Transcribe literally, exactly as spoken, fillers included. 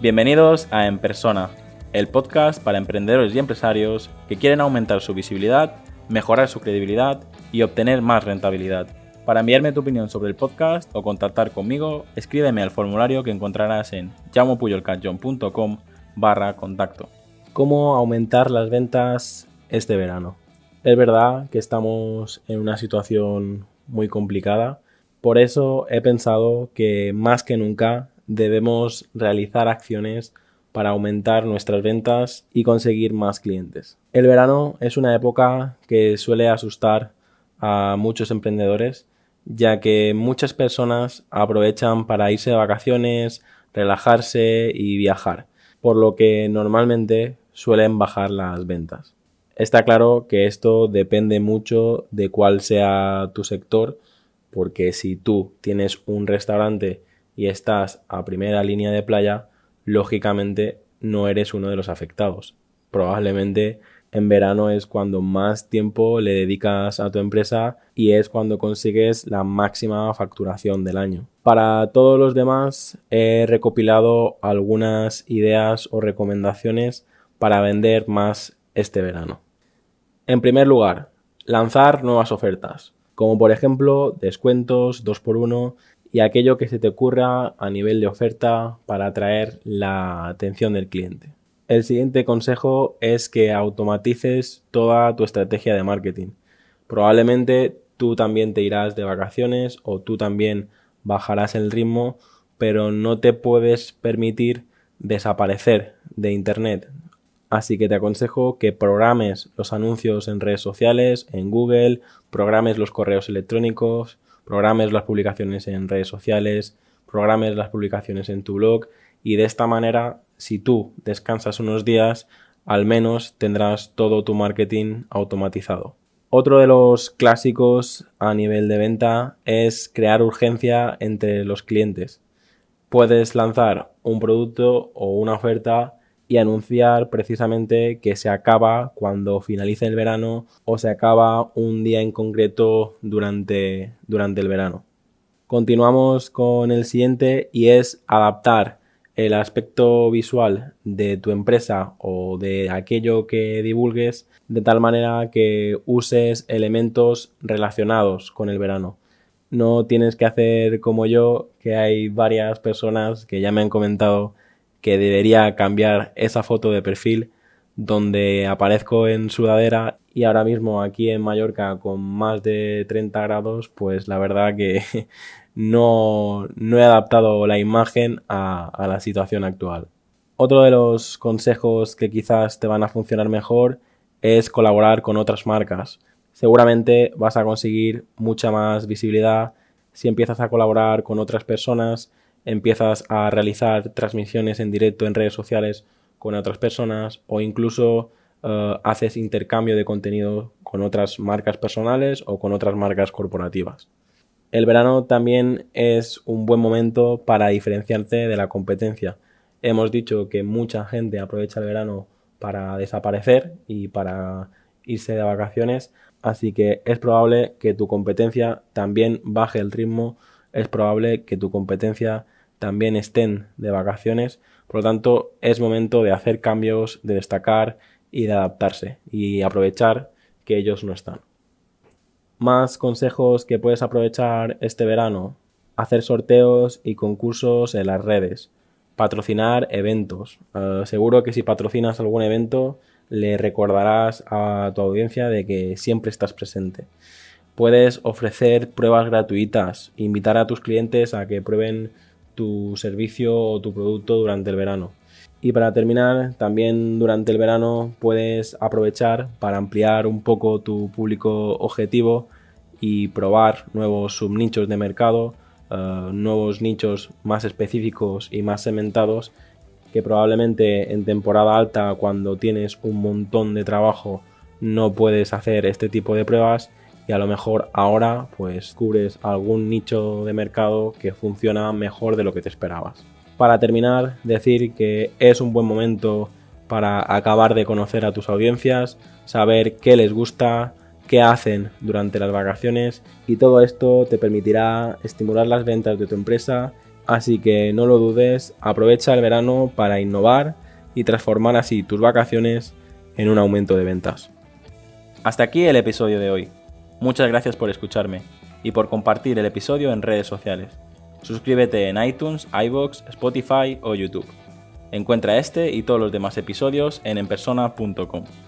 Bienvenidos a En Persona, el podcast para emprendedores y empresarios que quieren aumentar su visibilidad, mejorar su credibilidad y obtener más rentabilidad. Para enviarme tu opinión sobre el podcast o contactar conmigo, escríbeme al formulario que encontrarás en jaumopuyolcanchon.com barra contacto. ¿Cómo aumentar las ventas este verano? Es verdad que estamos en una situación muy complicada, por eso he pensado que más que nunca debemos realizar acciones para aumentar nuestras ventas y conseguir más clientes. El verano es una época que suele asustar a muchos emprendedores, ya que muchas personas aprovechan para irse de vacaciones, relajarse y viajar, por lo que normalmente suelen bajar las ventas. Está claro que esto depende mucho de cuál sea tu sector, porque si tú tienes un restaurante y estás a primera línea de playa, lógicamente no eres uno de los afectados. Probablemente en verano es cuando más tiempo le dedicas a tu empresa y es cuando consigues la máxima facturación del año. Para todos los demás he recopilado algunas ideas o recomendaciones para vender más este verano. En primer lugar, lanzar nuevas ofertas, como por ejemplo descuentos dos por uno y aquello que se te ocurra a nivel de oferta para atraer la atención del cliente. El siguiente consejo es que automatices toda tu estrategia de marketing. Probablemente tú también te irás de vacaciones o tú también bajarás el ritmo, pero no te puedes permitir desaparecer de internet. Así que te aconsejo que programes los anuncios en redes sociales, en Google, programes los correos electrónicos, programes las publicaciones en redes sociales, programes las publicaciones en tu blog y de esta manera, si tú descansas unos días, al menos tendrás todo tu marketing automatizado. Otro de los clásicos a nivel de venta es crear urgencia entre los clientes. Puedes lanzar un producto o una oferta y anunciar precisamente que se acaba cuando finalice el verano o se acaba un día en concreto durante, durante el verano. Continuamos con el siguiente y es adaptar el aspecto visual de tu empresa o de aquello que divulgues de tal manera que uses elementos relacionados con el verano. No tienes que hacer como yo, que hay varias personas que ya me han comentado que debería cambiar esa foto de perfil donde aparezco en sudadera y ahora mismo aquí en Mallorca con más de treinta grados, pues la verdad que no, no he adaptado la imagen a, a la situación actual. Otro de los consejos que quizás te van a funcionar mejor es colaborar con otras marcas. Seguramente vas a conseguir mucha más visibilidad si empiezas a colaborar con otras personas, empiezas a realizar transmisiones en directo en redes sociales con otras personas o incluso uh, haces intercambio de contenido con otras marcas personales o con otras marcas corporativas. El verano también es un buen momento para diferenciarte de la competencia. Hemos dicho que mucha gente aprovecha el verano para desaparecer y para irse de vacaciones, así que es probable que tu competencia también baje el ritmo, es probable que tu competencia también estén de vacaciones, por lo tanto es momento de hacer cambios, de destacar y de adaptarse y aprovechar que ellos no están. Más consejos que puedes aprovechar este verano: hacer sorteos y concursos en las redes, patrocinar eventos. Uh, seguro que si patrocinas algún evento le recordarás a tu audiencia de que siempre estás presente. Puedes ofrecer pruebas gratuitas, invitar a tus clientes a que prueben tu servicio o tu producto durante el verano. Y para terminar, también durante el verano puedes aprovechar para ampliar un poco tu público objetivo y probar nuevos subnichos de mercado, uh, nuevos nichos más específicos y más segmentados que probablemente en temporada alta, cuando tienes un montón de trabajo, no puedes hacer este tipo de pruebas. Y a lo mejor ahora pues cubres algún nicho de mercado que funciona mejor de lo que te esperabas. Para terminar, decir que es un buen momento para acabar de conocer a tus audiencias, saber qué les gusta, qué hacen durante las vacaciones y todo esto te permitirá estimular las ventas de tu empresa Así que no lo dudes, aprovecha el verano para innovar y transformar así tus vacaciones en un aumento de ventas. Hasta aquí el episodio de hoy. Muchas gracias por escucharme y por compartir el episodio en redes sociales. Suscríbete en iTunes, iVoox, Spotify o YouTube. Encuentra este y todos los demás episodios en enpersona punto com.